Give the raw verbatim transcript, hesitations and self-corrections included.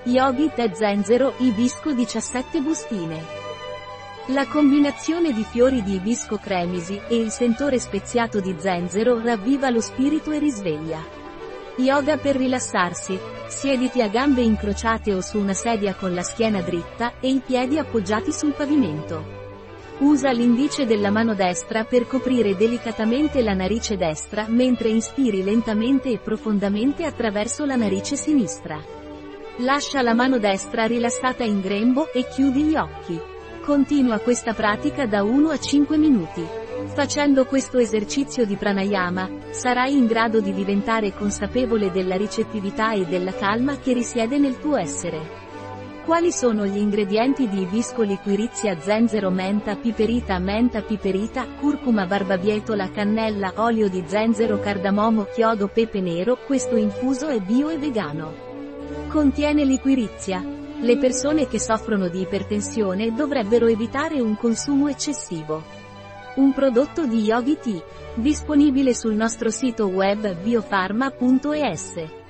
Yogi Tè Zenzero Ibisco diciassette bustine. La combinazione di fiori di ibisco cremisi e il sentore speziato di zenzero ravviva lo spirito e risveglia. Yoga per rilassarsi. Siediti a gambe incrociate o su una sedia con la schiena dritta e i piedi appoggiati sul pavimento. Usa l'indice della mano destra per coprire delicatamente la narice destra mentre inspiri lentamente e profondamente attraverso la narice sinistra. Lascia la mano destra rilassata in grembo e chiudi gli occhi. Continua questa pratica da uno a cinque minuti. Facendo questo esercizio di pranayama, sarai in grado di diventare consapevole della ricettività e della calma che risiede nel tuo essere. Quali sono gli ingredienti di ibisco liquirizia zenzero menta piperita menta piperita, curcuma barbabietola cannella olio di zenzero cardamomo chiodo pepe nero? Questo infuso è bio e vegano. Contiene liquirizia. Le persone che soffrono di ipertensione dovrebbero evitare un consumo eccessivo. Un prodotto di Yogi Tea, disponibile sul nostro sito web biofarma punto es.